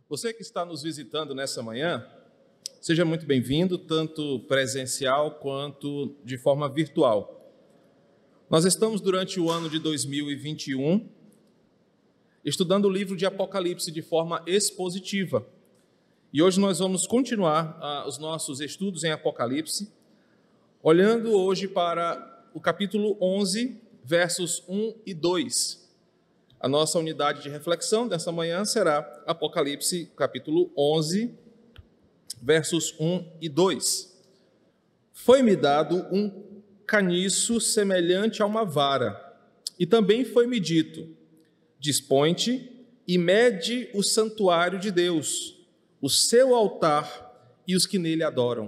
Você que está nos visitando nessa manhã, seja muito bem-vindo, tanto presencial quanto de forma virtual. Nós estamos durante o ano de 2021 estudando o livro de Apocalipse de forma expositiva. E hoje nós vamos continuar os nossos estudos em Apocalipse, olhando hoje para o capítulo 11, versos 1 e 2. A nossa unidade de reflexão dessa manhã será Apocalipse, capítulo 11, versos 1 e 2. Foi-me dado um caniço semelhante a uma vara, e também foi-me dito: dispõe-te e mede o santuário de Deus, o seu altar e os que nele adoram.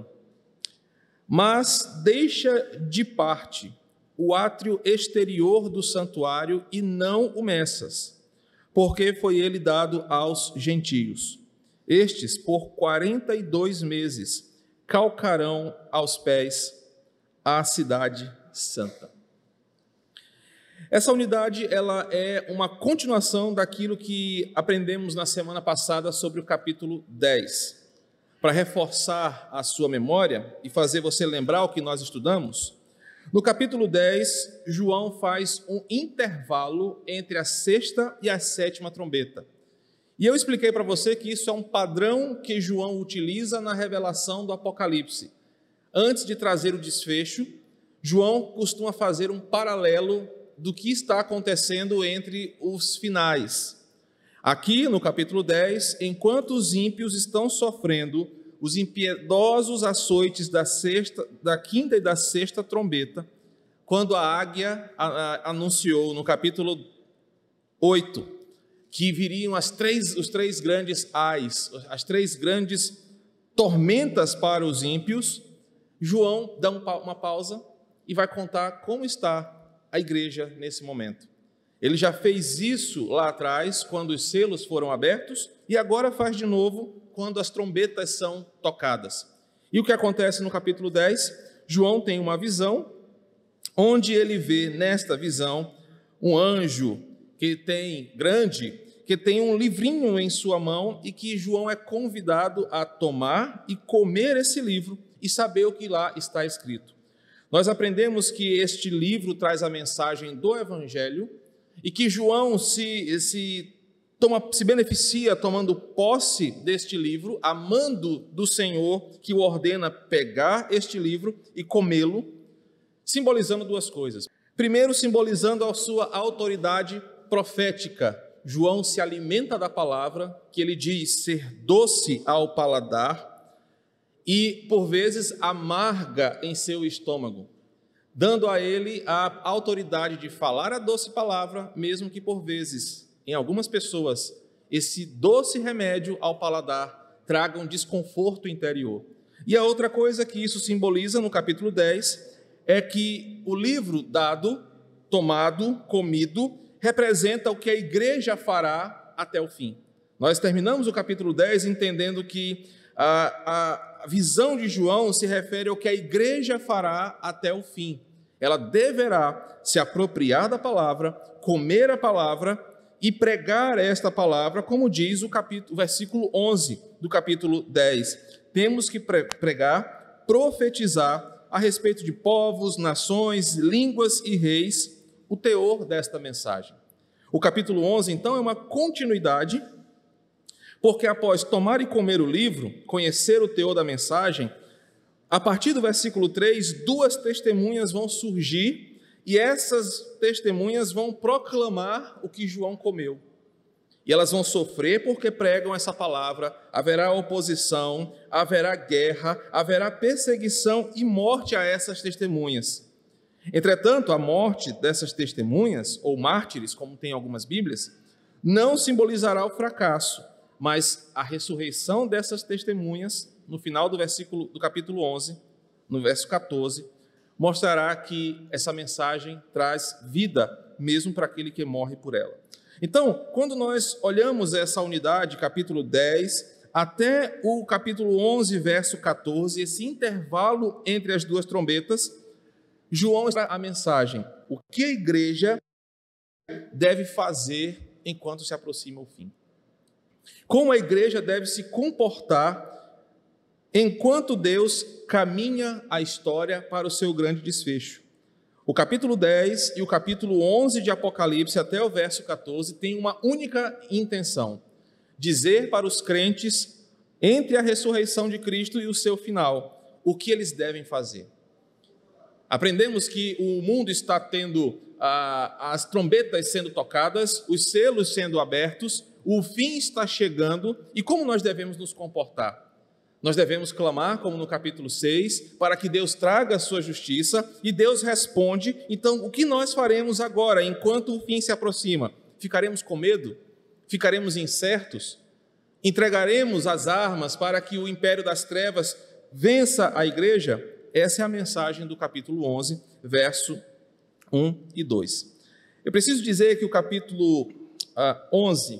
Mas deixa de parte o átrio exterior do santuário e não o meças, porque foi ele dado aos gentios. Estes, por 42 meses, calcarão aos pés a cidade santa. Essa unidade ela é uma continuação daquilo que aprendemos na semana passada sobre o capítulo 10. Para reforçar a sua memória e fazer você lembrar o que nós estudamos, no capítulo 10, João faz um intervalo entre a sexta e a sétima trombeta. E eu expliquei para você que isso é um padrão que João utiliza na revelação do Apocalipse. Antes de trazer o desfecho, João costuma fazer um paralelo do que está acontecendo entre os finais. Aqui no capítulo 10, enquanto os ímpios estão sofrendo os impiedosos açoites da quinta e da sexta trombeta, quando a águia anunciou no capítulo 8 que viriam os três grandes ais, as três grandes tormentas para os ímpios, João dá uma pausa e vai contar como está a igreja nesse momento. Ele já fez isso lá atrás, quando os selos foram abertos, e agora faz de novo quando as trombetas são tocadas. E o que acontece no capítulo 10? João tem uma visão, onde ele vê nesta visão um anjo que tem um livrinho em sua mão e que João é convidado a tomar e comer esse livro e saber o que lá está escrito. Nós aprendemos que este livro traz a mensagem do Evangelho e que João se beneficia tomando posse deste livro, amando do Senhor que o ordena pegar este livro e comê-lo, simbolizando duas coisas. Primeiro, simbolizando a sua autoridade profética. João se alimenta da palavra, que ele diz ser doce ao paladar e, por vezes, amarga em seu estômago, dando a ele a autoridade de falar a doce palavra, mesmo que, por vezes, em algumas pessoas, esse doce remédio ao paladar traga um desconforto interior. E a outra coisa que isso simboliza no capítulo 10 é que o livro dado, tomado, comido, representa o que a igreja fará até o fim. Nós terminamos o capítulo 10 entendendo que a visão de João se refere ao que a igreja fará até o fim. Ela deverá se apropriar da palavra, comer a palavra e pregar esta palavra, como diz o versículo 11 do capítulo 10. Temos que pregar, profetizar a respeito de povos, nações, línguas e reis, o teor desta mensagem. O capítulo 11, então, é uma continuidade, porque após tomar e comer o livro, conhecer o teor da mensagem, a partir do versículo 3, duas testemunhas vão surgir e essas testemunhas vão proclamar o que João comeu. E elas vão sofrer porque pregam essa palavra, haverá oposição, haverá guerra, haverá perseguição e morte a essas testemunhas. Entretanto, a morte dessas testemunhas, ou mártires, como tem algumas Bíblias, não simbolizará o fracasso, mas a ressurreição dessas testemunhas, no final do capítulo 11, no verso 14, mostrará que essa mensagem traz vida, mesmo para aquele que morre por ela. Então, quando nós olhamos essa unidade, capítulo 10, até o capítulo 11, verso 14, esse intervalo entre as duas trombetas, João está a mensagem, o que a igreja deve fazer enquanto se aproxima o fim. Como a igreja deve se comportar enquanto Deus caminha a história para o seu grande desfecho. O capítulo 10 e o capítulo 11 de Apocalipse, até o verso 14, tem uma única intenção: dizer para os crentes, entre a ressurreição de Cristo e o seu final, o que eles devem fazer. Aprendemos que o mundo está tendo as trombetas sendo tocadas, os selos sendo abertos, o fim está chegando, e como nós devemos nos comportar? Nós devemos clamar, como no capítulo 6, para que Deus traga a sua justiça, e Deus responde. Então, o que nós faremos agora, enquanto o fim se aproxima? Ficaremos com medo? Ficaremos incertos? Entregaremos as armas para que o império das trevas vença a igreja? Essa é a mensagem do capítulo 11, verso 1 e 2. Eu preciso dizer que o capítulo 11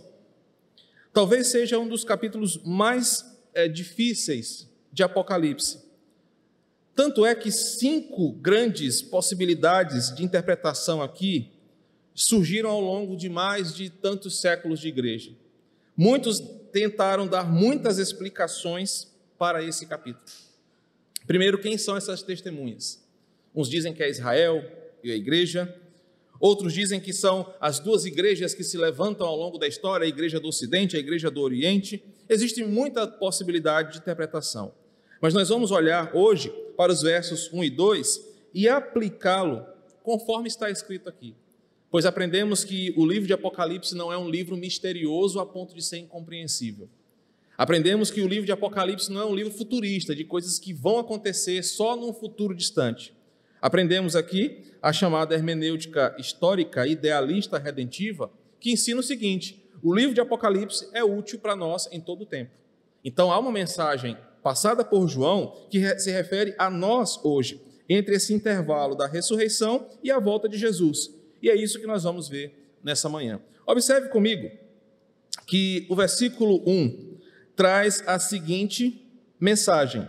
talvez seja um dos capítulos mais difíceis de Apocalipse. Tanto é que 5 grandes possibilidades de interpretação aqui surgiram ao longo de mais de tantos séculos de igreja. Muitos tentaram dar muitas explicações para esse capítulo. Primeiro, quem são essas testemunhas? Uns dizem que é Israel e a igreja. Outros dizem que são as 2 igrejas que se levantam ao longo da história, a igreja do Ocidente e a igreja do Oriente. Existe muita possibilidade de interpretação. Mas nós vamos olhar hoje para os versos 1 e 2 e aplicá-lo conforme está escrito aqui. Pois aprendemos que o livro de Apocalipse não é um livro misterioso a ponto de ser incompreensível. Aprendemos que o livro de Apocalipse não é um livro futurista, de coisas que vão acontecer só num futuro distante. Aprendemos aqui a chamada hermenêutica histórica idealista redentiva, que ensina o seguinte: o livro de Apocalipse é útil para nós em todo o tempo. Então há uma mensagem passada por João que se refere a nós hoje, entre esse intervalo da ressurreição e a volta de Jesus. E é isso que nós vamos ver nessa manhã. Observe comigo que o versículo 1 traz a seguinte mensagem: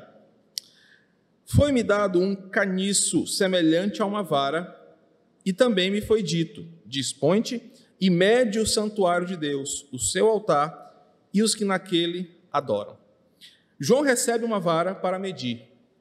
foi-me dado um caniço semelhante a uma vara, e também me foi dito: dispõe-te e mede o santuário de Deus, o seu altar e os que naquele adoram. João recebe uma vara para medir.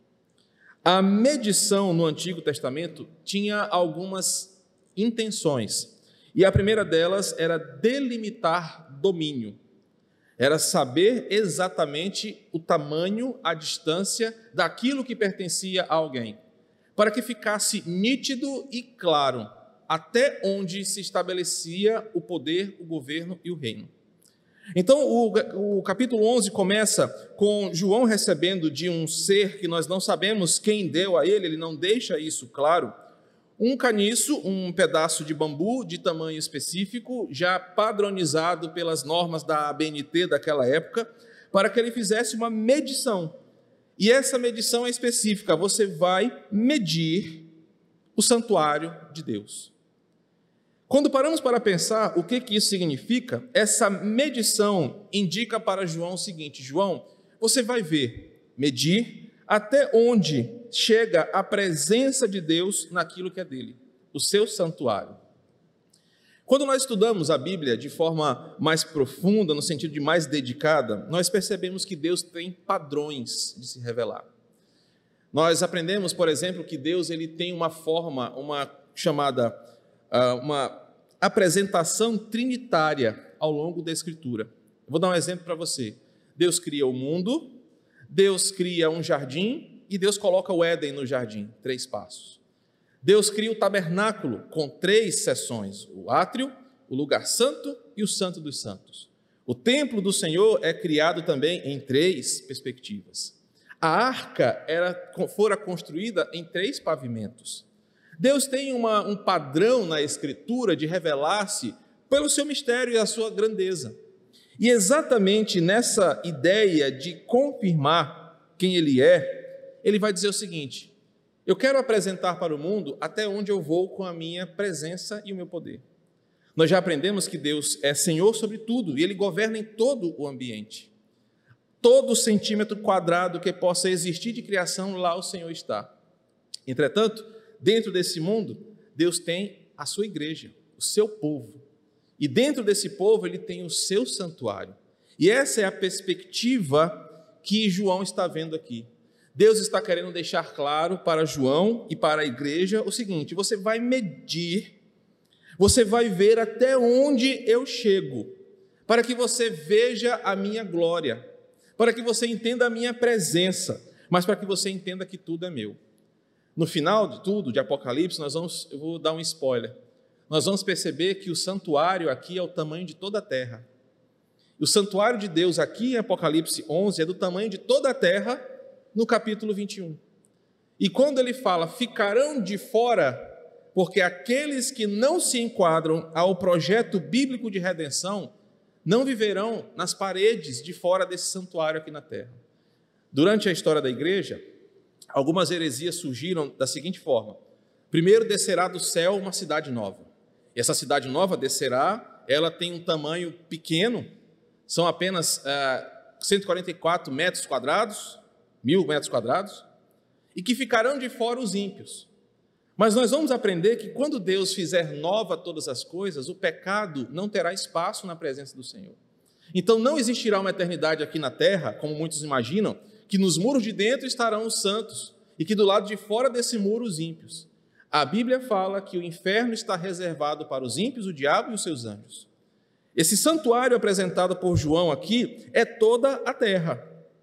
A medição no Antigo Testamento tinha algumas intenções, e a primeira delas era delimitar domínio. Era saber exatamente o tamanho, a distância daquilo que pertencia a alguém, para que ficasse nítido e claro até onde se estabelecia o poder, o governo e o reino. Então, o capítulo 11 começa com João recebendo de um ser que nós não sabemos quem deu a ele não deixa isso claro, um caniço, um pedaço de bambu de tamanho específico, já padronizado pelas normas da ABNT daquela época, para que ele fizesse uma medição. E essa medição é específica: você vai medir o santuário de Deus. Quando paramos para pensar o que isso significa, essa medição indica para João o seguinte: João, você vai medir até onde chega a presença de Deus naquilo que é dele, o seu santuário. Quando nós estudamos a Bíblia de forma mais profunda, no sentido de mais dedicada, nós percebemos que Deus tem padrões de se revelar. Nós aprendemos, por exemplo, que Deus ele tem uma forma, uma apresentação trinitária ao longo da Escritura. Vou dar um exemplo para você. Deus cria o mundo, Deus cria um jardim e Deus coloca o Éden no jardim, 3 passos. Deus cria o tabernáculo com 3 seções: o átrio, o lugar santo e o santo dos santos. O templo do Senhor é criado também em 3 perspectivas. A arca fora construída em 3 pavimentos. Deus tem um padrão na Escritura de revelar-se pelo seu mistério e a sua grandeza. E exatamente nessa ideia de confirmar quem Ele é, Ele vai dizer o seguinte: eu quero apresentar para o mundo até onde eu vou com a minha presença e o meu poder. Nós já aprendemos que Deus é Senhor sobre tudo e Ele governa em todo o ambiente. Todo centímetro quadrado que possa existir de criação, lá o Senhor está. Entretanto, dentro desse mundo, Deus tem a sua igreja, o seu povo. E dentro desse povo, Ele tem o seu santuário. E essa é a perspectiva que João está vendo aqui. Deus está querendo deixar claro para João e para a igreja o seguinte: você vai medir, você vai ver até onde eu chego, para que você veja a minha glória, para que você entenda a minha presença, mas para que você entenda que tudo é meu. No final de tudo, de Apocalipse, eu vou dar um spoiler, nós vamos perceber que o santuário aqui é o tamanho de toda a terra. O santuário de Deus aqui em Apocalipse 11 é do tamanho de toda a terra no capítulo 21. E quando ele fala, ficarão de fora, porque aqueles que não se enquadram ao projeto bíblico de redenção não viverão nas paredes de fora desse santuário aqui na terra. Durante a história da igreja, algumas heresias surgiram da seguinte forma: primeiro descerá do céu uma cidade nova. E essa cidade nova descerá, ela tem um tamanho pequeno, são apenas 144 metros quadrados, 1.000 metros quadrados, e que ficarão de fora os ímpios. Mas nós vamos aprender que quando Deus fizer nova todas as coisas, o pecado não terá espaço na presença do Senhor. Então não existirá uma eternidade aqui na terra, como muitos imaginam, que nos muros de dentro estarão os santos e que do lado de fora desse muro os ímpios. A Bíblia fala que o inferno está reservado para os ímpios, o diabo e os seus anjos. Esse santuário apresentado por João aqui é toda a terra.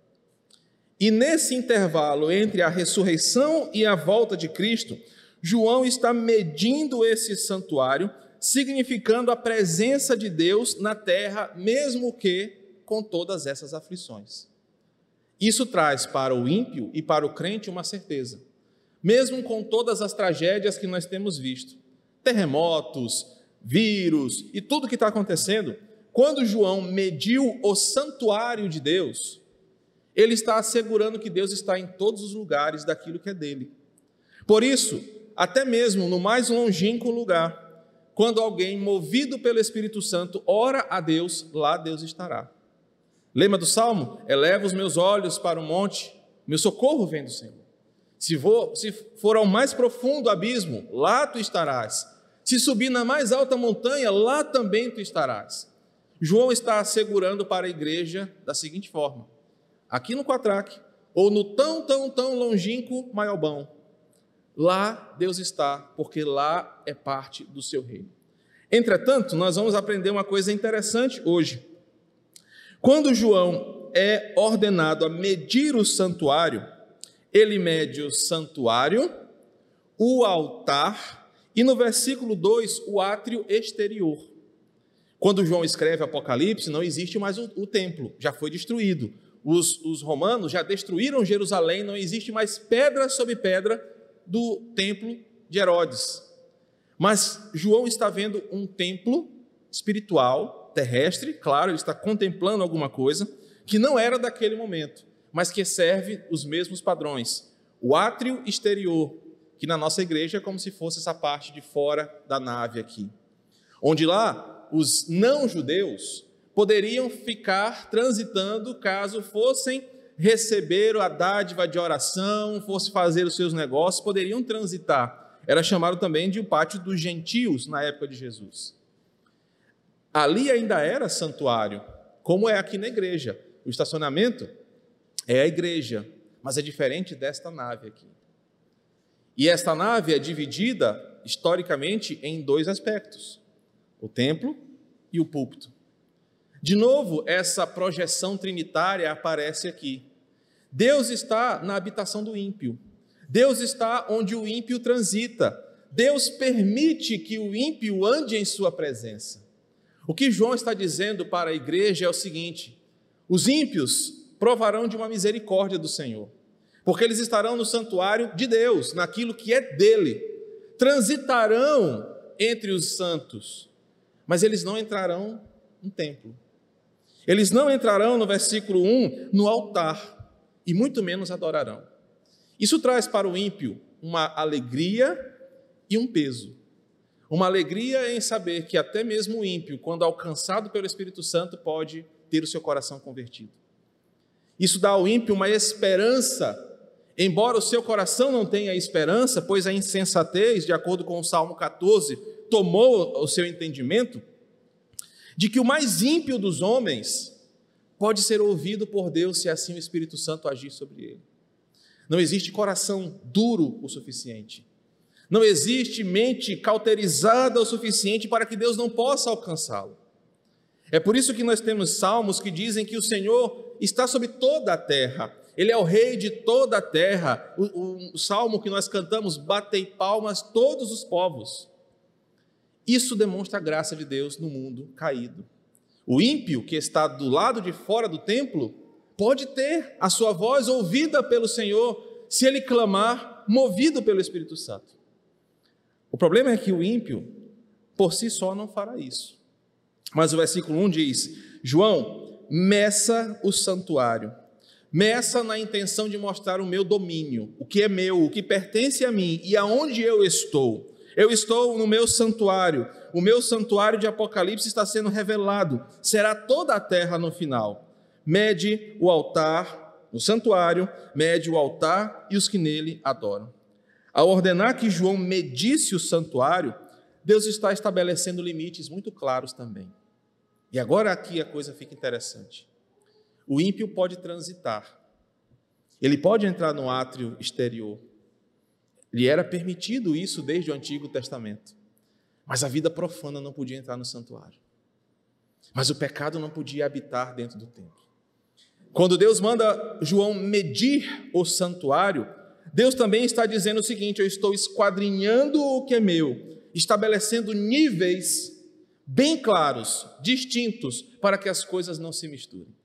E nesse intervalo entre a ressurreição e a volta de Cristo, João está medindo esse santuário, significando a presença de Deus na terra, mesmo que com todas essas aflições. Isso traz para o ímpio e para o crente uma certeza. Mesmo com todas as tragédias que nós temos visto, terremotos, vírus e tudo que está acontecendo, quando João mediu o santuário de Deus, ele está assegurando que Deus está em todos os lugares daquilo que é dele. Por isso, até mesmo no mais longínquo lugar, quando alguém movido pelo Espírito Santo ora a Deus, lá Deus estará. Lembra do Salmo? Eleva os meus olhos para o monte, meu socorro vem do Senhor. Se for ao mais profundo abismo, lá tu estarás. Se subir na mais alta montanha, lá também tu estarás. João está assegurando para a igreja da seguinte forma: aqui no Quatraque, ou no tão longínquo Maiobão, lá Deus está, porque lá é parte do seu reino. Entretanto, nós vamos aprender uma coisa interessante hoje. Quando João é ordenado a medir o santuário, ele mede o santuário, o altar e, no versículo 2, o átrio exterior. Quando João escreve Apocalipse, não existe mais o templo, já foi destruído. Os romanos já destruíram Jerusalém, não existe mais pedra sobre pedra do templo de Herodes. Mas João está vendo um templo espiritual, terrestre, claro, ele está contemplando alguma coisa que não era daquele momento, mas que serve os mesmos padrões. O átrio exterior, que na nossa igreja é como se fosse essa parte de fora da nave aqui, onde lá os não-judeus poderiam ficar transitando caso fossem receber a dádiva de oração, fosse fazer os seus negócios, poderiam transitar. Era chamado também de o pátio dos gentios na época de Jesus. Ali ainda era santuário, como é aqui na igreja. O estacionamento é a igreja, mas é diferente desta nave aqui. E esta nave é dividida, historicamente, em dois aspectos: o templo e o púlpito. De novo, essa projeção trinitária aparece aqui. Deus está na habitação do ímpio. Deus está onde o ímpio transita. Deus permite que o ímpio ande em sua presença. O que João está dizendo para a igreja é o seguinte: os ímpios provarão de uma misericórdia do Senhor, porque eles estarão no santuário de Deus, naquilo que é dele. Transitarão entre os santos, mas eles não entrarão no templo. Eles não entrarão, no versículo 1, no altar, e muito menos adorarão. Isso traz para o ímpio uma alegria e um peso. Uma alegria em saber que até mesmo o ímpio, quando alcançado pelo Espírito Santo, pode ter o seu coração convertido. Isso dá ao ímpio uma esperança, embora o seu coração não tenha esperança, pois a insensatez, de acordo com o Salmo 14, tomou o seu entendimento, de que o mais ímpio dos homens pode ser ouvido por Deus se assim o Espírito Santo agir sobre ele. Não existe coração duro o suficiente. Não existe mente cauterizada o suficiente para que Deus não possa alcançá-lo. É por isso que nós temos salmos que dizem que o Senhor está sobre toda a terra. Ele é o rei de toda a terra. O salmo que nós cantamos, batei palmas todos os povos. Isso demonstra a graça de Deus no mundo caído. O ímpio que está do lado de fora do templo pode ter a sua voz ouvida pelo Senhor se ele clamar, movido pelo Espírito Santo. O problema é que o ímpio, por si só, não fará isso. Mas o versículo 1 diz: João, meça o santuário. Meça na intenção de mostrar o meu domínio, o que é meu, o que pertence a mim e aonde eu estou. Eu estou no meu santuário. O meu santuário de Apocalipse está sendo revelado. Será toda a terra no final. Mede o altar, o santuário, mede o altar e os que nele adoram. Ao ordenar que João medisse o santuário, Deus está estabelecendo limites muito claros também. E agora aqui a coisa fica interessante. O ímpio pode transitar. Ele pode entrar no átrio exterior. Lhe era permitido isso desde o Antigo Testamento. Mas a vida profana não podia entrar no santuário. Mas o pecado não podia habitar dentro do templo. Quando Deus manda João medir o santuário, Deus também está dizendo o seguinte: eu estou esquadrinhando o que é meu, estabelecendo níveis bem claros, distintos, para que as coisas não se misturem.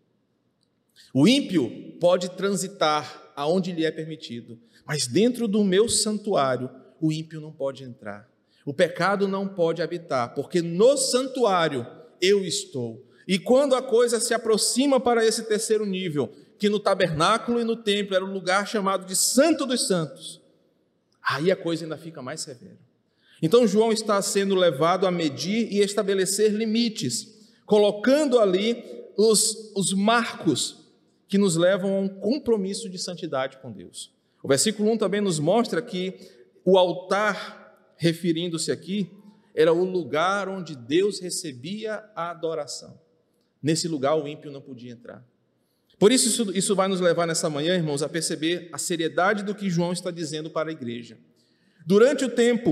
O ímpio pode transitar aonde lhe é permitido, mas dentro do meu santuário, o ímpio não pode entrar. O pecado não pode habitar, porque no santuário eu estou. E quando a coisa se aproxima para esse terceiro nível, que no tabernáculo e no templo era um lugar chamado de Santo dos Santos, aí a coisa ainda fica mais severa. Então João está sendo levado a medir e estabelecer limites, colocando ali os marcos que nos levam a um compromisso de santidade com Deus. O versículo 1 também nos mostra que o altar, referindo-se aqui, era o lugar onde Deus recebia a adoração. Nesse lugar o ímpio não podia entrar. Por isso vai nos levar nessa manhã, irmãos, a perceber a seriedade do que João está dizendo para a igreja. Durante o tempo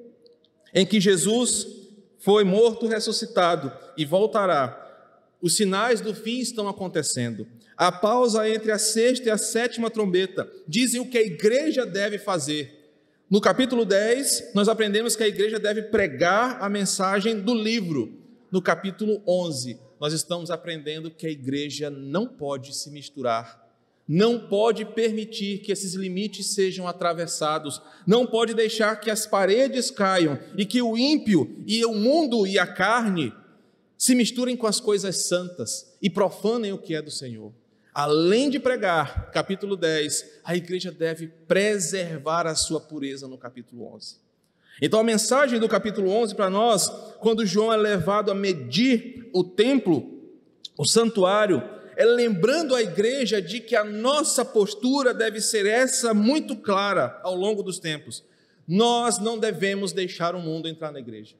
em que Jesus foi morto, ressuscitado e voltará, os sinais do fim estão acontecendo. A pausa entre a sexta e a sétima trombeta dizem o que a igreja deve fazer. No capítulo 10, nós aprendemos que a igreja deve pregar a mensagem do livro. No capítulo 11, nós estamos aprendendo que a igreja não pode se misturar, não pode permitir que esses limites sejam atravessados, não pode deixar que as paredes caiam e que o ímpio e o mundo e a carne se misturem com as coisas santas e profanem o que é do Senhor. Além de pregar, capítulo 10, a igreja deve preservar a sua pureza no capítulo 11. Então a mensagem do capítulo 11 para nós, quando João é levado a medir o templo, o santuário, é lembrando a igreja de que a nossa postura deve ser essa muito clara ao longo dos tempos. Nós não devemos deixar o mundo entrar na igreja.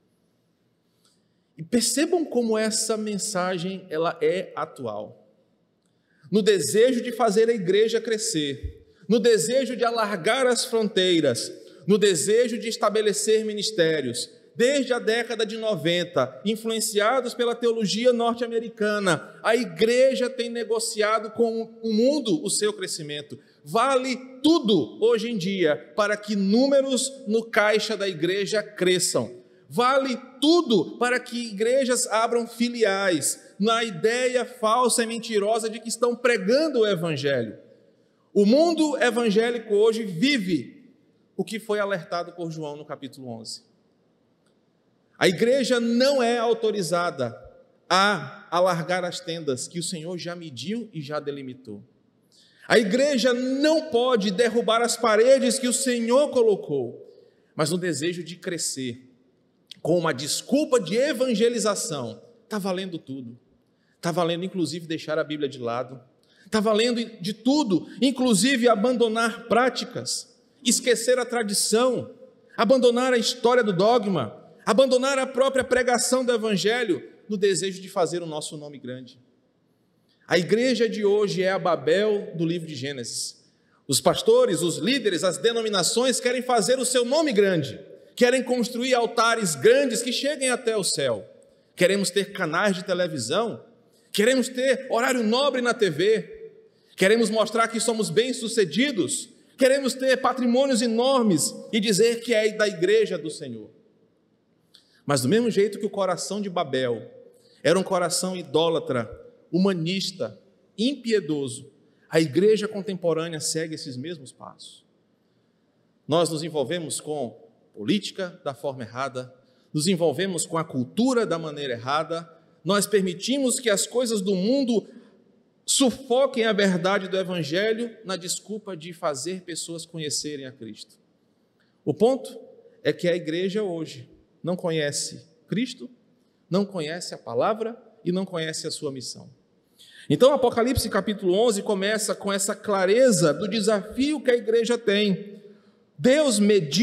E percebam como essa mensagem ela é atual. No desejo de fazer a igreja crescer, no desejo de alargar as fronteiras, no desejo de estabelecer ministérios, desde a década de 90, influenciados pela teologia norte-americana, a igreja tem negociado com o mundo o seu crescimento. Vale tudo hoje em dia para que números no caixa da igreja cresçam. Vale tudo para que igrejas abram filiais, na ideia falsa e mentirosa de que estão pregando o evangelho. O mundo evangélico hoje vive o que foi alertado por João no capítulo 11. A igreja não é autorizada a alargar as tendas que o Senhor já mediu e já delimitou. A igreja não pode derrubar as paredes que o Senhor colocou, mas no desejo de crescer, com uma desculpa de evangelização, está valendo tudo. Está valendo inclusive deixar a Bíblia de lado, está valendo de tudo, inclusive abandonar práticas, esquecer a tradição, abandonar a história do dogma, abandonar a própria pregação do evangelho, no desejo de fazer o nosso nome grande. A igreja de hoje é a Babel do livro de Gênesis. Os pastores, os líderes, as denominações querem fazer o seu nome grande, querem construir altares grandes que cheguem até o céu. Queremos ter canais de televisão, queremos ter horário nobre na TV, queremos mostrar que somos bem-sucedidos, queremos ter patrimônios enormes e dizer que é da igreja do Senhor. Mas do mesmo jeito que o coração de Babel era um coração idólatra, humanista, impiedoso, a igreja contemporânea segue esses mesmos passos. Nós nos envolvemos com política da forma errada, nos envolvemos com a cultura da maneira errada, nós permitimos que as coisas do mundo sufoquem a verdade do Evangelho na desculpa de fazer pessoas conhecerem a Cristo. O ponto é que a igreja hoje não conhece Cristo, não conhece a palavra e não conhece a sua missão. Então, Apocalipse capítulo 11 começa com essa clareza do desafio que a igreja tem. Deus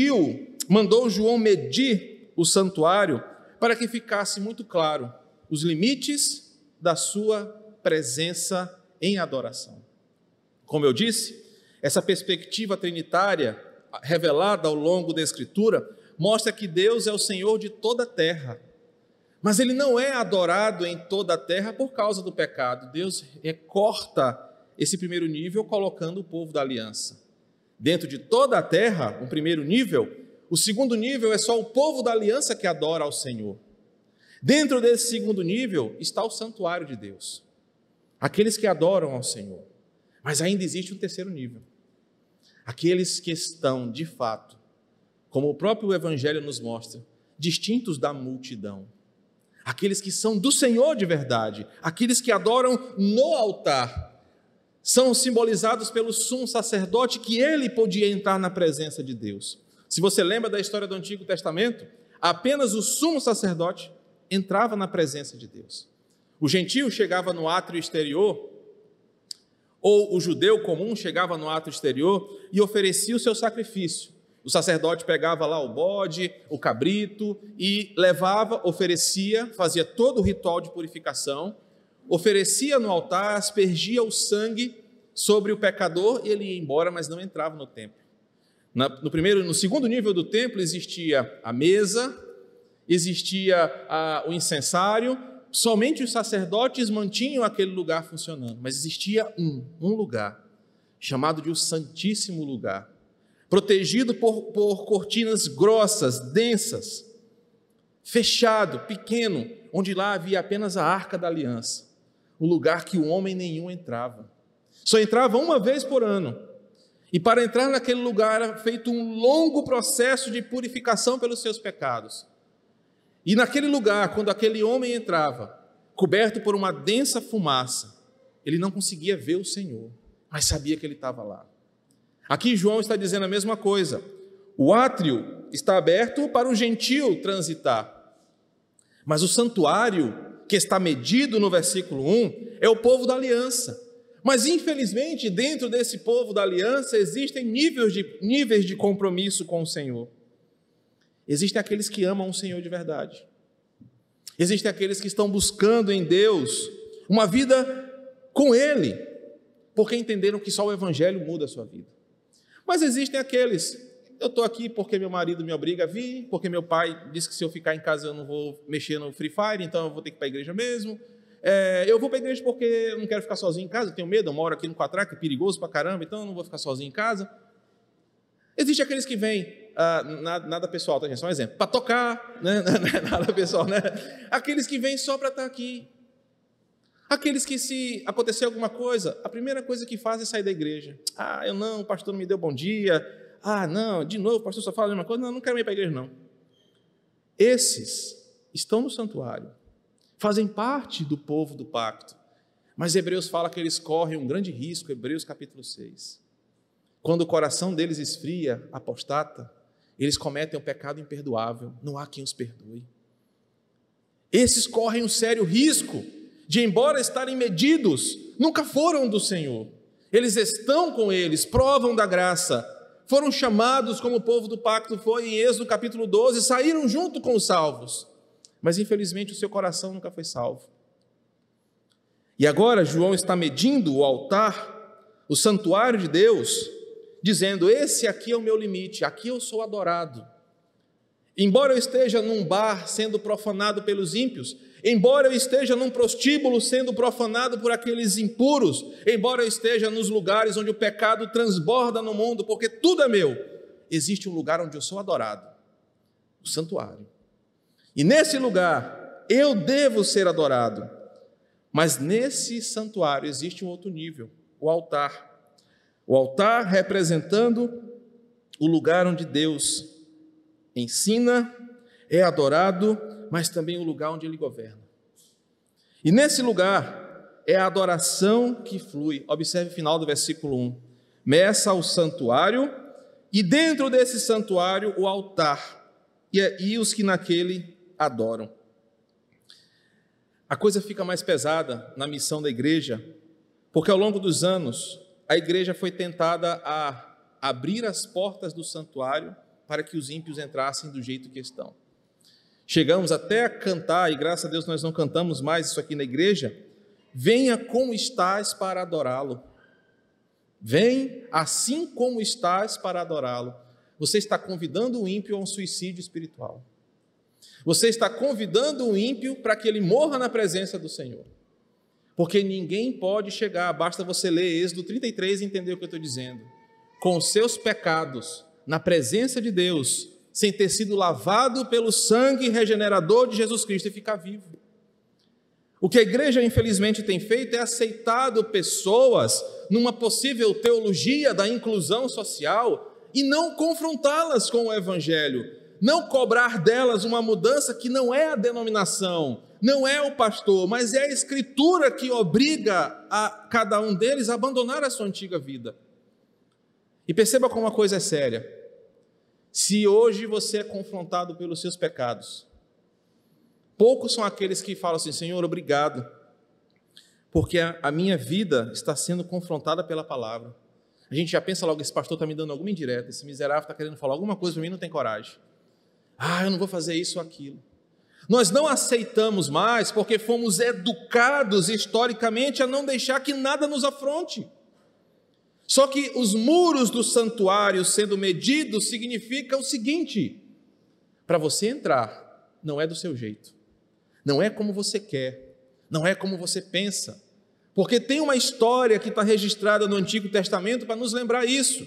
mandou João medir o santuário para que ficasse muito claro os limites da sua presença em adoração. Como eu disse, essa perspectiva trinitária revelada ao longo da Escritura mostra que Deus é o Senhor de toda a terra. Mas Ele não é adorado em toda a terra por causa do pecado. Deus recorta esse primeiro nível colocando o povo da aliança. Dentro de toda a terra, um primeiro nível, o segundo nível é só o povo da aliança que adora ao Senhor. Dentro desse segundo nível está o santuário de Deus, aqueles que adoram ao Senhor. Mas ainda existe um terceiro nível, aqueles que estão, de fato, como o próprio Evangelho nos mostra, distintos da multidão. Aqueles que são do Senhor de verdade, aqueles que adoram no altar, são simbolizados pelo sumo sacerdote, que ele podia entrar na presença de Deus. Se você lembra da história do Antigo Testamento, apenas o sumo sacerdote entrava na presença de Deus. O gentio chegava no átrio exterior, ou o judeu comum chegava no átrio exterior e oferecia o seu sacrifício. O sacerdote pegava lá o bode, o cabrito e levava, oferecia, fazia todo o ritual de purificação, oferecia no altar, aspergia o sangue sobre o pecador e ele ia embora, mas não entrava no templo. No segundo nível do templo existia a mesa, existia o incensário, somente os sacerdotes mantinham aquele lugar funcionando, mas existia um lugar, chamado de o Santíssimo Lugar, protegido por cortinas grossas, densas, fechado, pequeno, onde lá havia apenas a Arca da Aliança, um lugar que o homem nenhum entrava. Só entrava uma vez por ano. E para entrar naquele lugar era feito um longo processo de purificação pelos seus pecados. E naquele lugar, quando aquele homem entrava, coberto por uma densa fumaça, ele não conseguia ver o Senhor, mas sabia que ele estava lá. Aqui João está dizendo a mesma coisa. O átrio está aberto para o gentio transitar, mas o santuário, que está medido no versículo 1, é o povo da aliança. Mas infelizmente, dentro desse povo da aliança, existem níveis de compromisso com o Senhor. Existem aqueles que amam o Senhor de verdade. Existem aqueles que estão buscando em Deus uma vida com Ele, porque entenderam que só o Evangelho muda a sua vida. Mas existem aqueles, eu estou aqui porque meu marido me obriga a vir, porque meu pai disse que se eu ficar em casa eu não vou mexer no Free Fire, então eu vou ter que ir para a igreja mesmo. Eu vou para a igreja porque eu não quero ficar sozinho em casa, eu tenho medo, eu moro aqui no Quatraque, é perigoso para caramba, então eu não vou ficar sozinho em casa. Existem aqueles que vêm, nada pessoal, tá, gente? Só um exemplo, para tocar, né? Nada pessoal, né? Aqueles que vêm só para estar aqui. Aqueles que, se acontecer alguma coisa, a primeira coisa que fazem é sair da igreja. O pastor não me deu bom dia. Não, de novo, o pastor só fala a mesma coisa. Não quero ir para a igreja, não. Esses estão no santuário, fazem parte do povo do pacto, mas Hebreus fala que eles correm um grande risco, Hebreus capítulo 6. Quando o coração deles esfria, apostata, eles cometem um pecado imperdoável, não há quem os perdoe. Esses correm um sério risco de, embora estarem medidos, nunca foram do Senhor. Eles estão com eles, provam da graça, foram chamados como o povo do pacto foi em Êxodo capítulo 12, saíram junto com os salvos, mas infelizmente o seu coração nunca foi salvo. E agora João está medindo o altar, o santuário de Deus, dizendo: esse aqui é o meu limite, aqui eu sou adorado. Embora eu esteja num bar sendo profanado pelos ímpios, embora eu esteja num prostíbulo sendo profanado por aqueles impuros, embora eu esteja nos lugares onde o pecado transborda no mundo, porque tudo é meu, existe um lugar onde eu sou adorado, o santuário. E nesse lugar eu devo ser adorado. Mas nesse santuário existe um outro nível, o altar. O altar representando o lugar onde Deus ensina, é adorado, mas também o lugar onde Ele governa. E nesse lugar é a adoração que flui. Observe o final do versículo 1. Meça o santuário, e dentro desse santuário o altar, e os que naquele adoram. A coisa fica mais pesada na missão da igreja, porque ao longo dos anos, a igreja foi tentada a abrir as portas do santuário para que os ímpios entrassem do jeito que estão. Chegamos até a cantar, e graças a Deus nós não cantamos mais isso aqui na igreja: venha como estás para adorá-lo. Vem assim como estás para adorá-lo. Você está convidando o ímpio a um suicídio espiritual. Você está convidando o ímpio para que ele morra na presença do Senhor. Porque ninguém pode chegar, basta você ler Êxodo 33 e entender o que eu estou dizendo, com os seus pecados, na presença de Deus, sem ter sido lavado pelo sangue regenerador de Jesus Cristo e ficar vivo. O que a igreja infelizmente tem feito é aceitado pessoas numa possível teologia da inclusão social e não confrontá-las com o evangelho, não cobrar delas uma mudança que não é a denominação, não é o pastor, mas é a Escritura que obriga a cada um deles a abandonar a sua antiga vida. E perceba como a coisa é séria. Se hoje você é confrontado pelos seus pecados, poucos são aqueles que falam assim: Senhor, obrigado, porque a minha vida está sendo confrontada pela palavra. A gente já pensa logo: esse pastor está me dando alguma indireta, esse miserável está querendo falar alguma coisa para mim, não tem coragem. Eu não vou fazer isso ou aquilo. Nós não aceitamos mais porque fomos educados historicamente a não deixar que nada nos afronte. Só que os muros do santuário sendo medidos significa o seguinte: para você entrar, não é do seu jeito, não é como você quer, não é como você pensa, porque tem uma história que está registrada no Antigo Testamento para nos lembrar isso.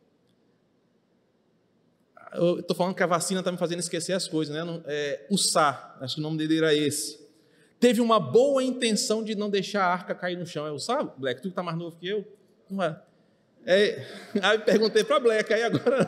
Eu estou falando que a vacina está me fazendo esquecer as coisas, né? O Sá, acho que o nome dele era esse, teve uma boa intenção de não deixar a arca cair no chão. É o Sá, Black? Tu que está mais novo que eu? Não é? Aí eu perguntei para Black, aí agora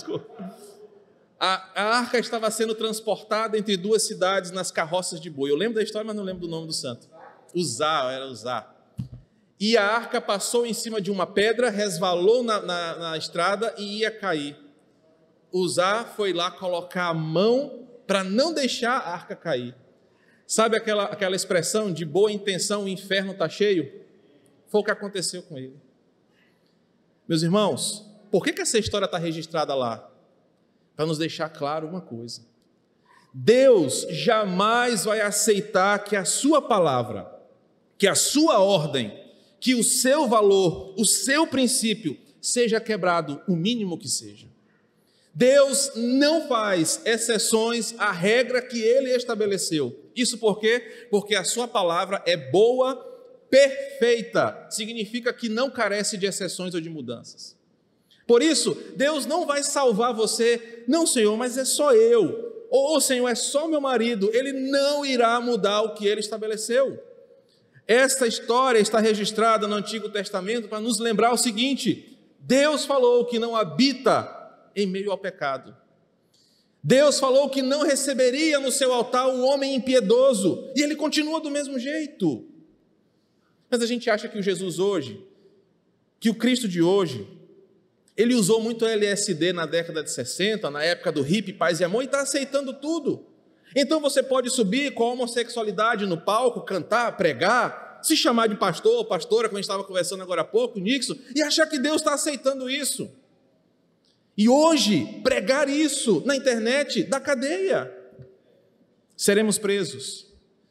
a arca estava sendo transportada entre duas cidades nas carroças de boi. Eu lembro da história, mas não lembro do nome do santo. Era Uzá. E a arca passou em cima de uma pedra, resvalou na estrada e ia cair. Uzá foi lá colocar a mão para não deixar a arca cair. Sabe aquela expressão de boa intenção, o inferno está cheio? Foi o que aconteceu com ele. Meus irmãos, por que essa história está registrada lá? Para nos deixar claro uma coisa: Deus jamais vai aceitar que a sua palavra, que a sua ordem, que o seu valor, o seu princípio seja quebrado, o mínimo que seja. Deus não faz exceções à regra que Ele estabeleceu. Isso por quê? Porque a sua palavra é boa, perfeita. Significa que não carece de exceções ou de mudanças. Por isso, Deus não vai salvar você, não, Senhor, mas é só eu. Ou, Senhor, é só meu marido. Ele não irá mudar o que Ele estabeleceu. Esta história está registrada no Antigo Testamento para nos lembrar o seguinte: Deus falou que não habita em meio ao pecado. Deus falou que não receberia no seu altar um homem impiedoso, e ele continua do mesmo jeito. Mas a gente acha que o Jesus hoje, que o Cristo de hoje, ele usou muito LSD na década de 60, na época do hippie, paz e amor, e está aceitando tudo. Então você pode subir com a homossexualidade no palco, cantar, pregar, se chamar de pastor ou pastora, como a gente estava conversando agora há pouco, Nixon, e achar que Deus está aceitando isso. E hoje, pregar isso na internet dá cadeia. Seremos presos,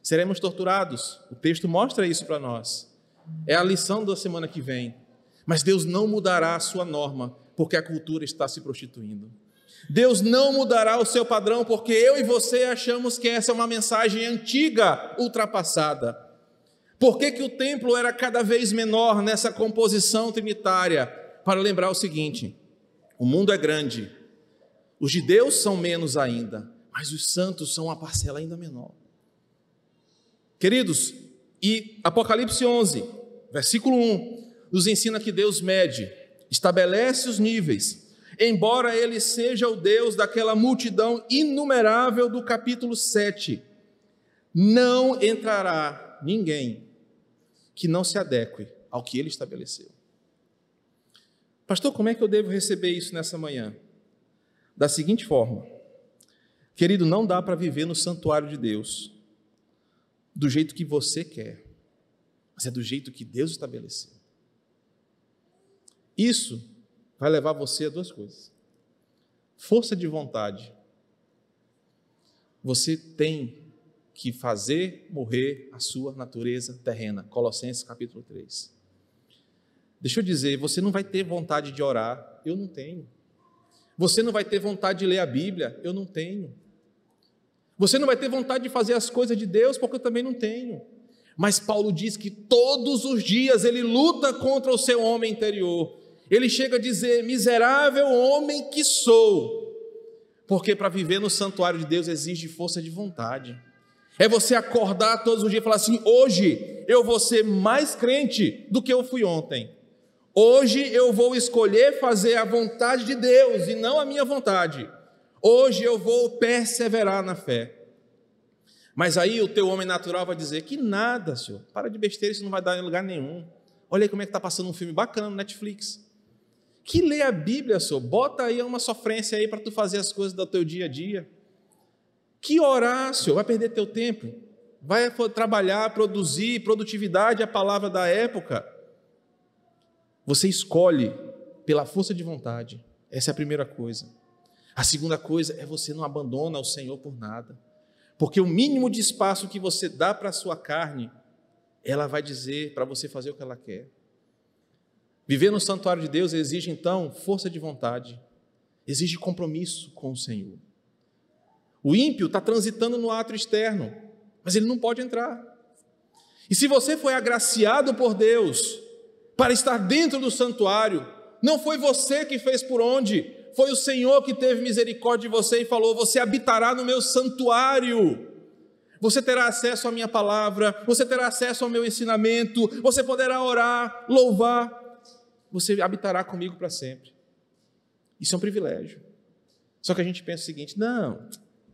seremos torturados. O texto mostra isso para nós. É a lição da semana que vem. Mas Deus não mudará a sua norma, porque a cultura está se prostituindo. Deus não mudará o seu padrão, porque eu e você achamos que essa é uma mensagem antiga, ultrapassada. Por que o templo era cada vez menor nessa composição trinitária? Para lembrar o seguinte: o mundo é grande, os de Deus são menos ainda, mas os santos são uma parcela ainda menor. Queridos, e Apocalipse 11, versículo 1, nos ensina que Deus mede, estabelece os níveis, embora Ele seja o Deus daquela multidão inumerável do capítulo 7, não entrará ninguém que não se adeque ao que Ele estabeleceu. Pastor, como é que eu devo receber isso nessa manhã? Da seguinte forma: querido, não dá para viver no santuário de Deus do jeito que você quer, mas é do jeito que Deus estabeleceu. Isso vai levar você a duas coisas: força de vontade. Você tem que fazer morrer a sua natureza terrena. Colossenses capítulo 3. Deixa eu dizer, você não vai ter vontade de orar, eu não tenho. Você não vai ter vontade de ler a Bíblia, eu não tenho. Você não vai ter vontade de fazer as coisas de Deus, porque eu também não tenho. Mas Paulo diz que todos os dias ele luta contra o seu homem interior. Ele chega a dizer: miserável homem que sou. Porque para viver no santuário de Deus exige força de vontade. É você acordar todos os dias e falar assim: hoje eu vou ser mais crente do que eu fui ontem. Hoje eu vou escolher fazer a vontade de Deus e não a minha vontade. Hoje eu vou perseverar na fé. Mas aí o teu homem natural vai dizer: que nada, senhor, para de besteira, isso não vai dar em lugar nenhum. Olha aí como é que está passando um filme bacana no Netflix. Que lê a Bíblia, senhor, bota aí uma sofrência aí para tu fazer as coisas do teu dia a dia. Que orar, senhor, vai perder teu tempo. Vai trabalhar, produzir, produtividade é a palavra da época. Você escolhe pela força de vontade. Essa é a primeira coisa. A segunda coisa é você não abandona o Senhor por nada. Porque o mínimo de espaço que você dá para a sua carne, ela vai dizer para você fazer o que ela quer. Viver no santuário de Deus exige, então, força de vontade. Exige compromisso com o Senhor. O ímpio está transitando no átrio externo, mas ele não pode entrar. E se você foi agraciado por Deus para estar dentro do santuário, não foi você que fez por onde, foi o Senhor que teve misericórdia de você e falou: você habitará no meu santuário, você terá acesso à minha palavra, você terá acesso ao meu ensinamento, você poderá orar, louvar, você habitará comigo para sempre. Isso é um privilégio. Só que a gente pensa o seguinte: não,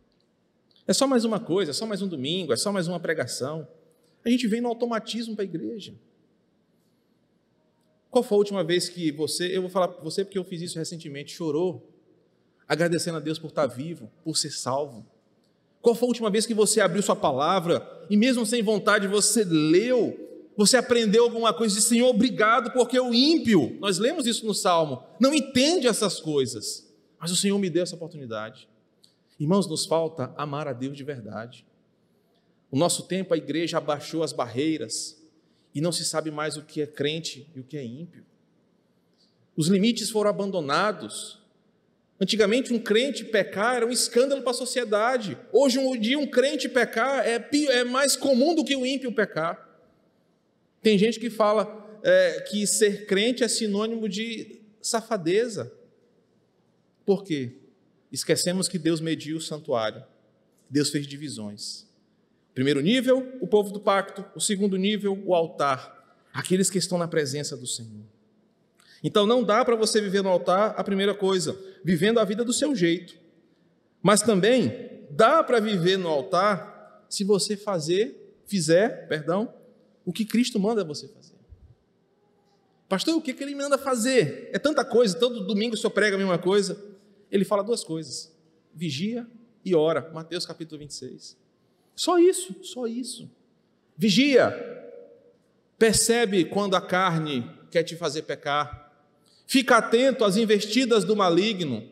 é só mais uma coisa, é só mais um domingo, é só mais uma pregação. A gente vem no automatismo para a igreja. Qual foi a última vez que você, eu vou falar para você porque eu fiz isso recentemente, chorou, agradecendo a Deus por estar vivo, por ser salvo? Qual foi a última vez que você abriu sua palavra e mesmo sem vontade você leu, você aprendeu alguma coisa e disse: Senhor, obrigado, porque o ímpio, nós lemos isso no Salmo, não entende essas coisas, mas o Senhor me deu essa oportunidade. Irmãos, nos falta amar a Deus de verdade. O nosso tempo, a igreja abaixou as barreiras e não se sabe mais o que é crente e o que é ímpio. Os limites foram abandonados. Antigamente, um crente pecar era um escândalo para a sociedade. Hoje, um crente pecar é mais comum do que o ímpio pecar. Tem gente que fala que ser crente é sinônimo de safadeza. Por quê? Esquecemos que Deus mediu o santuário. Deus fez divisões. Primeiro nível, o povo do pacto. O segundo nível, o altar. Aqueles que estão na presença do Senhor. Então não dá para você viver no altar, a primeira coisa, vivendo a vida do seu jeito. Mas também dá para viver no altar se você fizer o que Cristo manda você fazer. Pastor, o que Ele manda fazer? É tanta coisa, todo domingo o senhor prega a mesma coisa. Ele fala duas coisas: vigia e ora. Mateus capítulo 26. Só isso. Vigia. Percebe quando a carne quer te fazer pecar. Fica atento às investidas do maligno.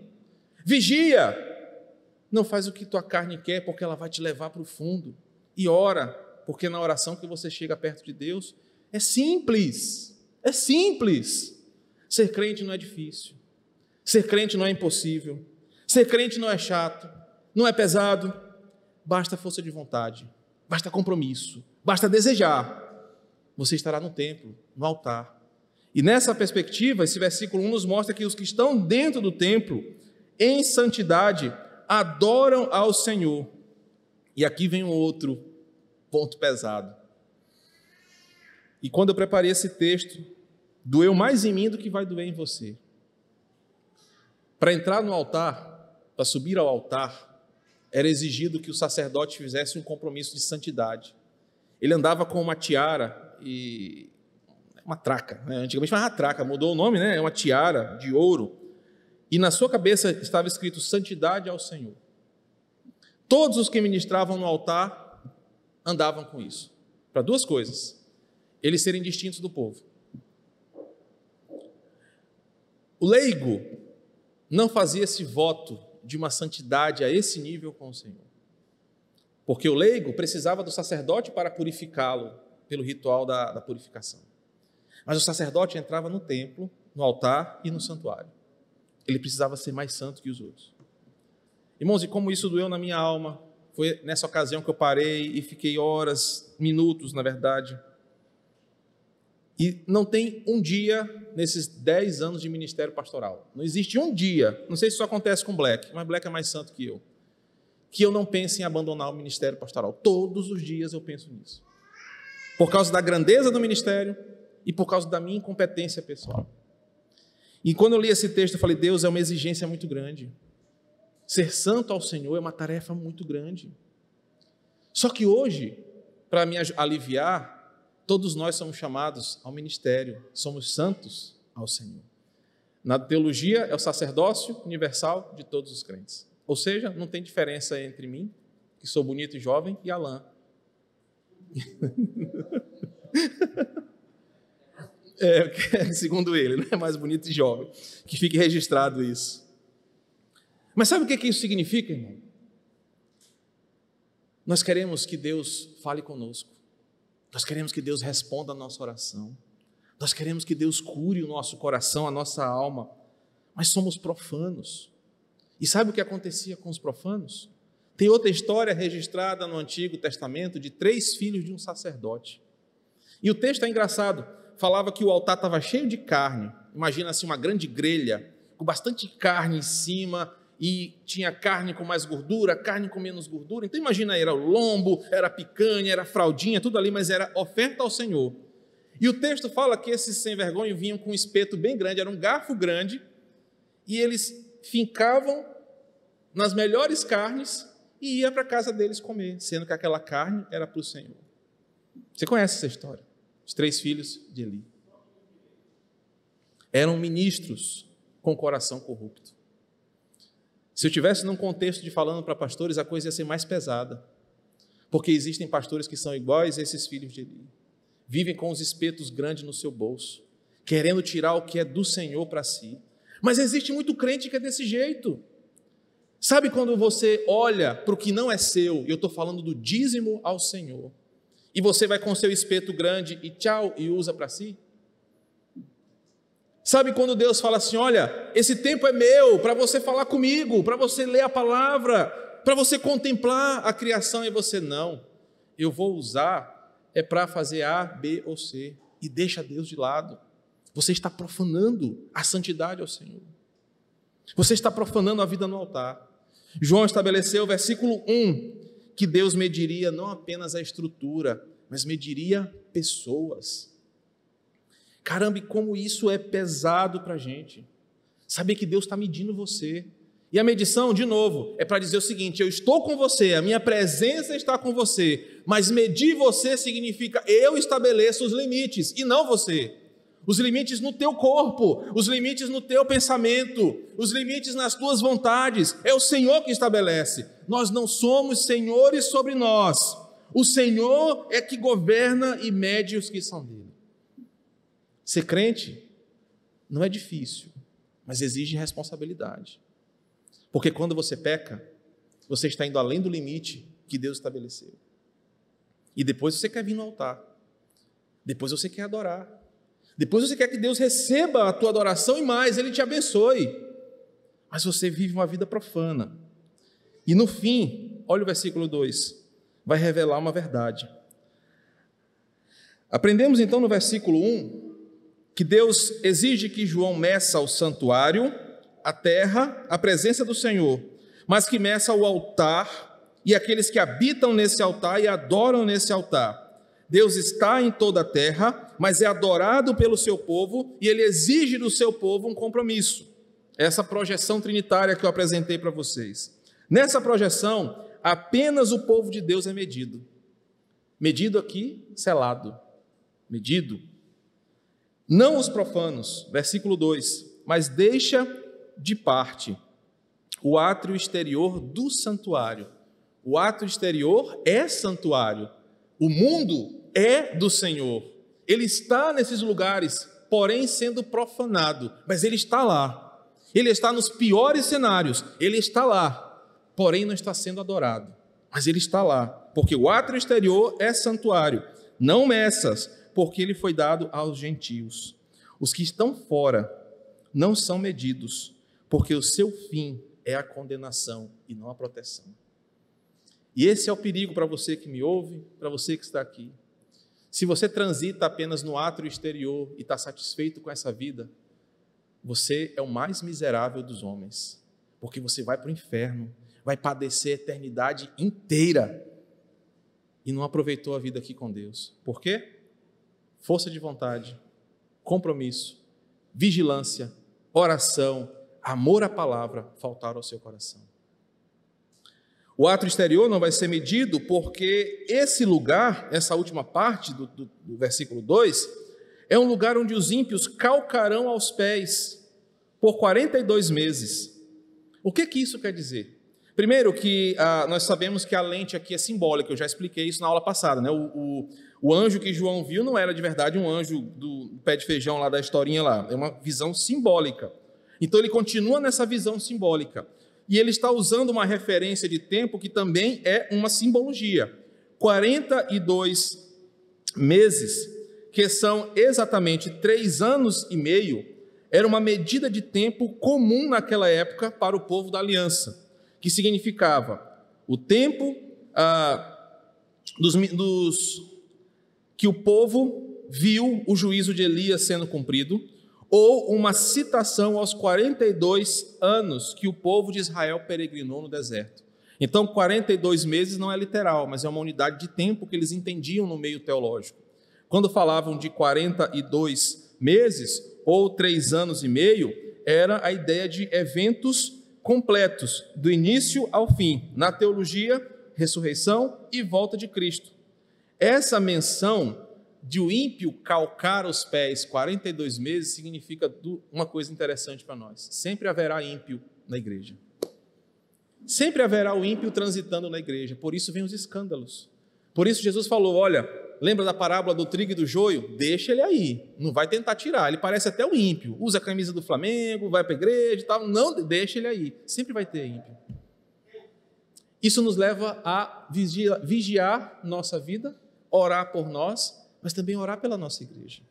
Vigia. Não faz o que tua carne quer, porque ela vai te levar para o fundo. E ora. porque na oração que você chega perto de Deus é simples. É simples. Ser crente não é difícil. Ser crente não é impossível. Ser crente não é chato, não é pesado. Basta força de vontade, basta compromisso, basta desejar. Você estará no templo, no altar. E nessa perspectiva, esse versículo 1 nos mostra que os que estão dentro do templo, em santidade, adoram ao Senhor. E aqui vem um outro ponto pesado. E quando eu preparei esse texto, doeu mais em mim do que vai doer em você. Para entrar no altar, para subir ao altar, era exigido que o sacerdote fizesse um compromisso de santidade. Ele andava com uma tiara e uma traca, né? Antigamente chamava traca, mudou o nome, né? É uma tiara de ouro. E na sua cabeça estava escrito santidade ao Senhor. Todos os que ministravam no altar andavam com isso. Para duas coisas: eles serem distintos do povo. O leigo não fazia esse voto de uma santidade a esse nível com o Senhor. Porque o leigo precisava do sacerdote para purificá-lo pelo ritual da purificação. Mas o sacerdote entrava no templo, no altar e no santuário. Ele precisava ser mais santo que os outros. Irmãos, e como isso doeu na minha alma, foi nessa ocasião que eu parei e fiquei horas, minutos, na verdade. E não tem um dia, nesses 10 anos de ministério pastoral, não existe um dia, não sei se isso acontece com Black, mas Black é mais santo que eu não pense em abandonar o ministério pastoral. Todos os dias eu penso nisso. Por causa da grandeza do ministério e por causa da minha incompetência pessoal. E quando eu li esse texto, eu falei, Deus, é uma exigência muito grande. Ser santo ao Senhor é uma tarefa muito grande. Só que hoje, para me aliviar, todos nós somos chamados ao ministério, somos santos ao Senhor. Na teologia, é o sacerdócio universal de todos os crentes. Ou seja, não tem diferença entre mim, que sou bonito e jovem, e Alain. Segundo ele, não é mais bonito e jovem. Que fique registrado isso. Mas sabe o que isso significa, irmão? Nós queremos que Deus fale conosco. Nós queremos que Deus responda a nossa oração. Nós queremos que Deus cure o nosso coração, a nossa alma. Mas somos profanos. E sabe o que acontecia com os profanos? Tem outra história registrada no Antigo Testamento de 3 filhos de um sacerdote. E o texto é engraçado. Falava que o altar estava cheio de carne. Imagina assim uma grande grelha, com bastante carne em cima, e tinha carne com mais gordura, carne com menos gordura. Então imagina, era o lombo, era a picanha, era a fraldinha, tudo ali, mas era oferta ao Senhor. E o texto fala que esses sem vergonha vinham com um espeto bem grande, era um garfo grande, e eles fincavam nas melhores carnes e ia para a casa deles comer, sendo que aquela carne era para o Senhor. Você conhece essa história? Os 3 filhos de Eli. Eram ministros com coração corrupto. Se eu estivesse num contexto de falando para pastores, a coisa ia ser mais pesada. Porque existem pastores que são iguais a esses filhos de Eli. Vivem com os espetos grandes no seu bolso, querendo tirar o que é do Senhor para si. Mas existe muito crente que é desse jeito. Sabe quando você olha para o que não é seu, e eu estou falando do dízimo ao Senhor, e você vai com seu espeto grande e tchau, e usa para si? Sabe quando Deus fala assim, olha, esse tempo é meu, para você falar comigo, para você ler a palavra, para você contemplar a criação, e você, não, eu vou usar, é para fazer A, B ou C, e deixa Deus de lado. Você está profanando a santidade ao Senhor. Você está profanando a vida no altar. João estabeleceu, versículo 1, que Deus mediria não apenas a estrutura, mas mediria pessoas. Caramba, e como isso é pesado para a gente. Saber que Deus está medindo você. E a medição, de novo, é para dizer o seguinte, eu estou com você, a minha presença está com você, mas medir você significa eu estabeleço os limites, e não você. Os limites no teu corpo, os limites no teu pensamento, os limites nas tuas vontades, é o Senhor que estabelece. Nós não somos senhores sobre nós. O Senhor é que governa e mede os que são dele. Ser crente não é difícil, mas exige responsabilidade. Porque quando você peca, você está indo além do limite que Deus estabeleceu. E depois você quer vir no altar. Depois você quer adorar. Depois você quer que Deus receba a tua adoração e mais, Ele te abençoe. Mas você vive uma vida profana. E no fim, olha o versículo 2, vai revelar uma verdade. Aprendemos então no versículo 1, que Deus exige que João meça o santuário, a terra, a presença do Senhor, mas que meça o altar e aqueles que habitam nesse altar e adoram nesse altar. Deus está em toda a terra, mas é adorado pelo seu povo e Ele exige do seu povo um compromisso. Essa projeção trinitária que eu apresentei para vocês. Nessa projeção, apenas o povo de Deus é medido. Medido aqui, selado. Medido. Não os profanos, versículo 2, mas deixa de parte o átrio exterior do santuário. O átrio exterior é santuário. O mundo é do Senhor. Ele está nesses lugares, porém sendo profanado, mas Ele está lá. Ele está nos piores cenários, Ele está lá, porém não está sendo adorado, mas Ele está lá, porque o átrio exterior é santuário, não meças, porque ele foi dado aos gentios. Os que estão fora não são medidos, porque o seu fim é a condenação e não a proteção. E esse é o perigo para você que me ouve, para você que está aqui. Se você transita apenas no átrio exterior e está satisfeito com essa vida, você é o mais miserável dos homens, porque você vai para o inferno, vai padecer a eternidade inteira e não aproveitou a vida aqui com Deus. Por quê? Força de vontade, compromisso, vigilância, oração, amor à palavra faltaram ao seu coração. O átrio exterior não vai ser medido porque esse lugar, essa última parte do versículo 2, é um lugar onde os ímpios calcarão aos pés por 42 meses. O que isso quer dizer? Primeiro que nós sabemos que a lente aqui é simbólica, eu já expliquei isso na aula passada, né? O anjo que João viu não era de verdade um anjo do pé de feijão lá da historinha lá, é uma visão simbólica. Então ele continua nessa visão simbólica. E ele está usando uma referência de tempo que também é uma simbologia. 42 meses, que são exatamente 3 anos e meio, era uma medida de tempo comum naquela época para o povo da aliança, que significava o tempo que o povo viu o juízo de Elias sendo cumprido, ou uma citação aos 42 anos que o povo de Israel peregrinou no deserto. Então, 42 meses não é literal, mas é uma unidade de tempo que eles entendiam no meio teológico. Quando falavam de 42 meses, ou 3 anos e meio, era a ideia de eventos completos, do início ao fim. Na teologia, ressurreição e volta de Cristo. Essa menção de o ímpio calcar os pés 42 meses significa uma coisa interessante para nós. Sempre haverá ímpio na igreja. Sempre haverá o ímpio transitando na igreja. Por isso vem os escândalos. Por isso Jesus falou, olha, lembra da parábola do trigo e do joio? Deixa ele aí, não vai tentar tirar. Ele parece até o ímpio. Usa a camisa do Flamengo, vai para a igreja e tal. Não, deixa ele aí. Sempre vai ter ímpio. Isso nos leva a vigiar nossa vida, orar por nós, mas também orar pela nossa igreja.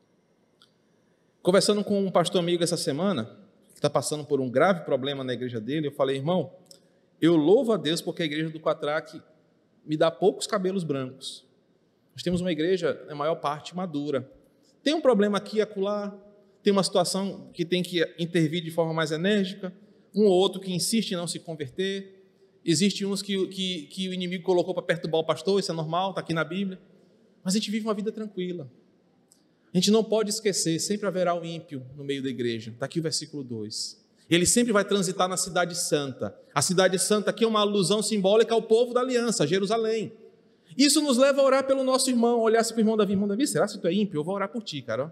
Conversando com um pastor amigo essa semana, que está passando por um grave problema na igreja dele, eu falei, irmão, eu louvo a Deus porque a igreja do Quatraque me dá poucos cabelos brancos. Nós temos uma igreja, na maior parte, madura. Tem um problema aqui e acolá, tem uma situação que tem que intervir de forma mais enérgica, um ou outro que insiste em não se converter, existem uns que o inimigo colocou para perturbar o pastor, isso é normal, está aqui na Bíblia. Mas a gente vive uma vida tranquila. A gente não pode esquecer, sempre haverá o ímpio no meio da igreja. Está aqui o versículo 2. Ele sempre vai transitar na cidade santa. A cidade santa aqui é uma alusão simbólica ao povo da aliança, a Jerusalém. Isso nos leva a orar pelo nosso irmão, olhar para o irmão Davi, será que tu é ímpio? Eu vou orar por ti, cara.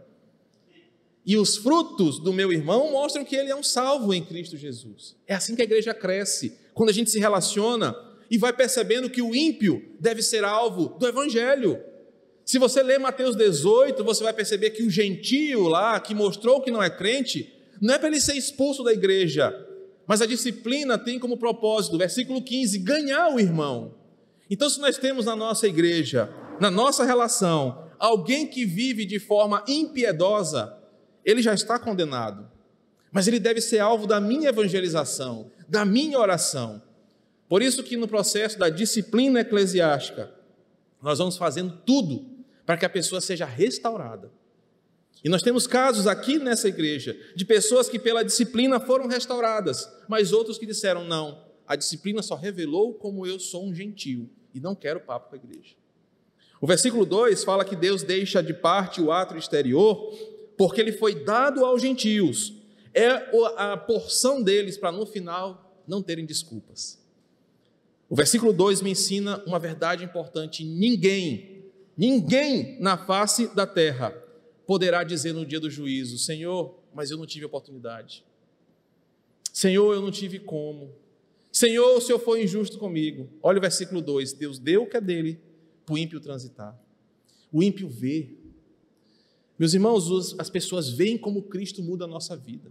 E os frutos do meu irmão mostram que ele é um salvo em Cristo Jesus. É assim que a igreja cresce, quando a gente se relaciona e vai percebendo que o ímpio deve ser alvo do evangelho. Se você ler Mateus 18, você vai perceber que o gentio lá, que mostrou que não é crente, não é para ele ser expulso da igreja, mas a disciplina tem como propósito, versículo 15, ganhar o irmão. Então, se nós temos na nossa igreja, na nossa relação, alguém que vive de forma impiedosa, ele já está condenado. Mas ele deve ser alvo da minha evangelização, da minha oração. Por isso que no processo da disciplina eclesiástica, nós vamos fazendo tudo para que a pessoa seja restaurada. E nós temos casos aqui nessa igreja de pessoas que pela disciplina foram restauradas, mas outros que disseram, não, a disciplina só revelou como eu sou um gentio e não quero papo com a igreja. O versículo 2 fala que Deus deixa de parte o ato exterior porque ele foi dado aos gentios. É a porção deles para no final não terem desculpas. O versículo 2 me ensina uma verdade importante: ninguém na face da terra poderá dizer no dia do juízo, Senhor, mas eu não tive oportunidade. Senhor, eu não tive como. Senhor, o Senhor foi injusto comigo. Olha o versículo 2, Deus deu o que é dele para o ímpio transitar. O ímpio vê. Meus irmãos, as pessoas veem como Cristo muda a nossa vida.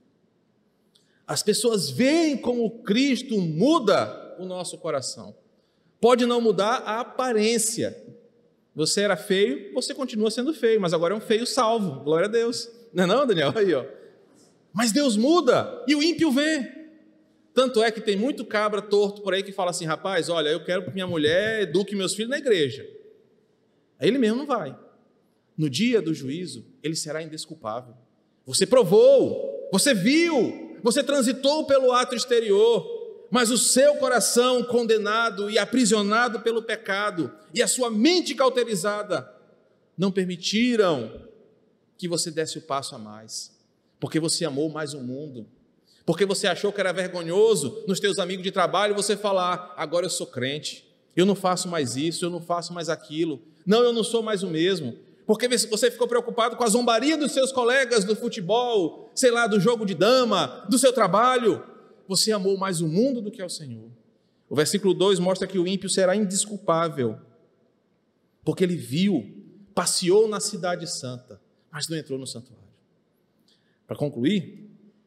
As pessoas veem como Cristo muda o nosso coração. Pode não mudar a aparência. Você era feio, você continua sendo feio, mas agora é um feio salvo. Glória a Deus. Não é não, Daniel? Aí, ó. Mas Deus muda e o ímpio vê. Tanto é que tem muito cabra torto por aí que fala assim, rapaz, olha, eu quero que minha mulher eduque meus filhos na igreja. Aí ele mesmo não vai. No dia do juízo, ele será indesculpável. Você provou, você viu, você transitou pelo ato exterior, mas o seu coração condenado e aprisionado pelo pecado e a sua mente cauterizada não permitiram que você desse o passo a mais, porque você amou mais o mundo, porque você achou que era vergonhoso nos teus amigos de trabalho você falar, agora eu sou crente, eu não faço mais isso, eu não faço mais aquilo, não, eu não sou mais o mesmo, porque você ficou preocupado com a zombaria dos seus colegas do futebol, sei lá, do jogo de dama, do seu trabalho. Você amou mais o mundo do que ao Senhor. O versículo 2 mostra que o ímpio será indesculpável, porque ele viu, passeou na cidade santa, mas não entrou no santuário. Para concluir,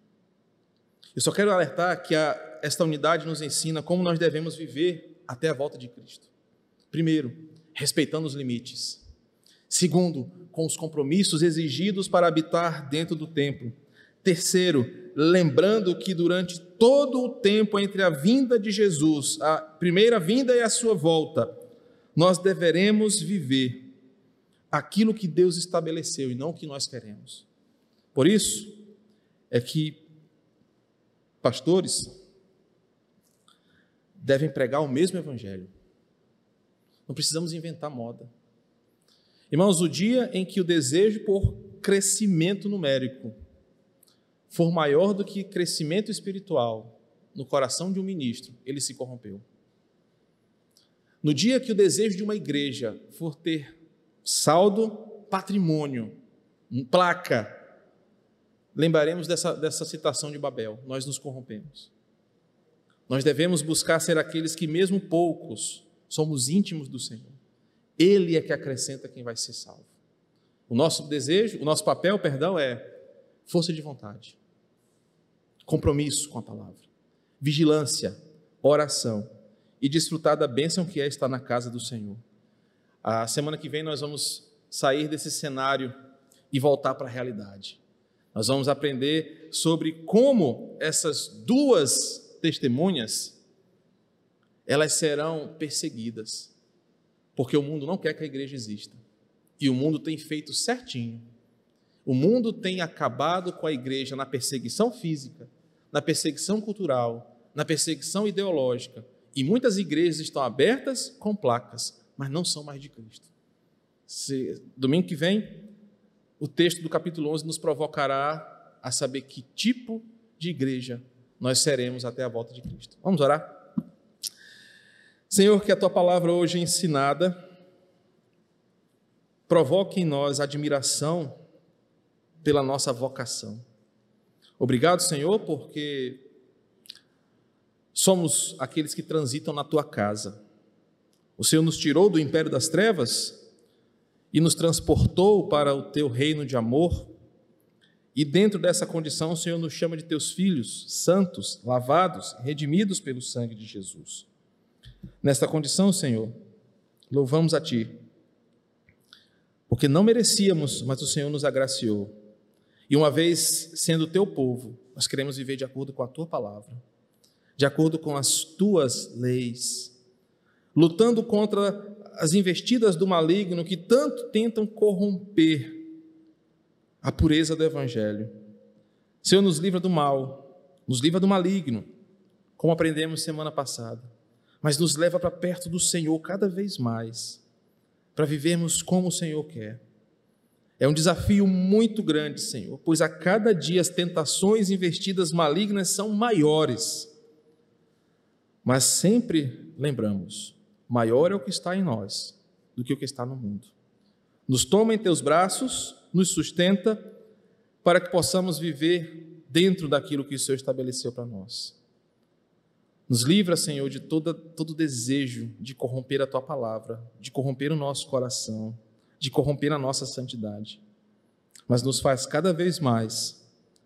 eu só quero alertar que esta unidade nos ensina como nós devemos viver até a volta de Cristo. Primeiro, respeitando os limites. Segundo, com os compromissos exigidos para habitar dentro do templo. Terceiro, lembrando que durante todo o tempo entre a vinda de Jesus, a primeira vinda e a sua volta, nós deveremos viver aquilo que Deus estabeleceu e não o que nós queremos. Por isso é que pastores devem pregar o mesmo evangelho. Não precisamos inventar moda. Irmãos, o dia em que o desejo por crescimento numérico for maior do que crescimento espiritual no coração de um ministro, ele se corrompeu. No dia que o desejo de uma igreja for ter saldo, patrimônio, placa, lembraremos dessa citação de Babel, nós nos corrompemos. Nós devemos buscar ser aqueles que, mesmo poucos, somos íntimos do Senhor. Ele é que acrescenta quem vai ser salvo. O nosso desejo, o nosso papel, é força de vontade, compromisso com a palavra, vigilância, oração e desfrutar da bênção que é estar na casa do Senhor. A semana que vem nós vamos sair desse cenário e voltar para a realidade. Nós vamos aprender sobre como essas duas testemunhas, elas serão perseguidas, porque o mundo não quer que a igreja exista, e o mundo tem feito certinho. O mundo tem acabado com a igreja na perseguição física, na perseguição cultural, na perseguição ideológica, e muitas igrejas estão abertas com placas, mas não são mais de Cristo. Domingo que vem, o texto do capítulo 11 nos provocará a saber que tipo de igreja nós seremos até a volta de Cristo. Vamos orar? Senhor, que a Tua palavra hoje ensinada provoque em nós admiração pela nossa vocação. Obrigado, Senhor, porque somos aqueles que transitam na Tua casa. O Senhor nos tirou do império das trevas e nos transportou para o Teu reino de amor. E dentro dessa condição, o Senhor nos chama de Teus filhos, santos, lavados, redimidos pelo sangue de Jesus. Nesta condição, Senhor, louvamos a Ti, porque não merecíamos, mas o Senhor nos agraciou. E uma vez sendo Teu povo, nós queremos viver de acordo com a Tua palavra, de acordo com as Tuas leis, lutando contra as investidas do maligno que tanto tentam corromper a pureza do Evangelho. Senhor, nos livra do mal, nos livra do maligno, como aprendemos semana passada, mas nos leva para perto do Senhor cada vez mais, para vivermos como o Senhor quer. É um desafio muito grande, Senhor, pois a cada dia as tentações investidas malignas são maiores. Mas sempre lembramos, maior é o que está em nós do que o que está no mundo. Nos toma em Teus braços, nos sustenta, para que possamos viver dentro daquilo que o Senhor estabeleceu para nós. Nos livra, Senhor, de todo desejo de corromper a Tua palavra, de corromper o nosso coração, de corromper a nossa santidade. Mas nos faz cada vez mais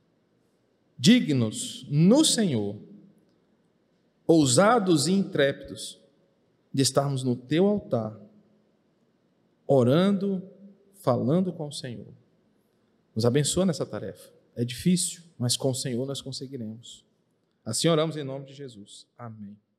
dignos no Senhor, ousados e intrépidos, de estarmos no Teu altar, orando, falando com o Senhor. Nos abençoa nessa tarefa. É difícil, mas com o Senhor nós conseguiremos. Assim oramos em nome de Jesus. Amém.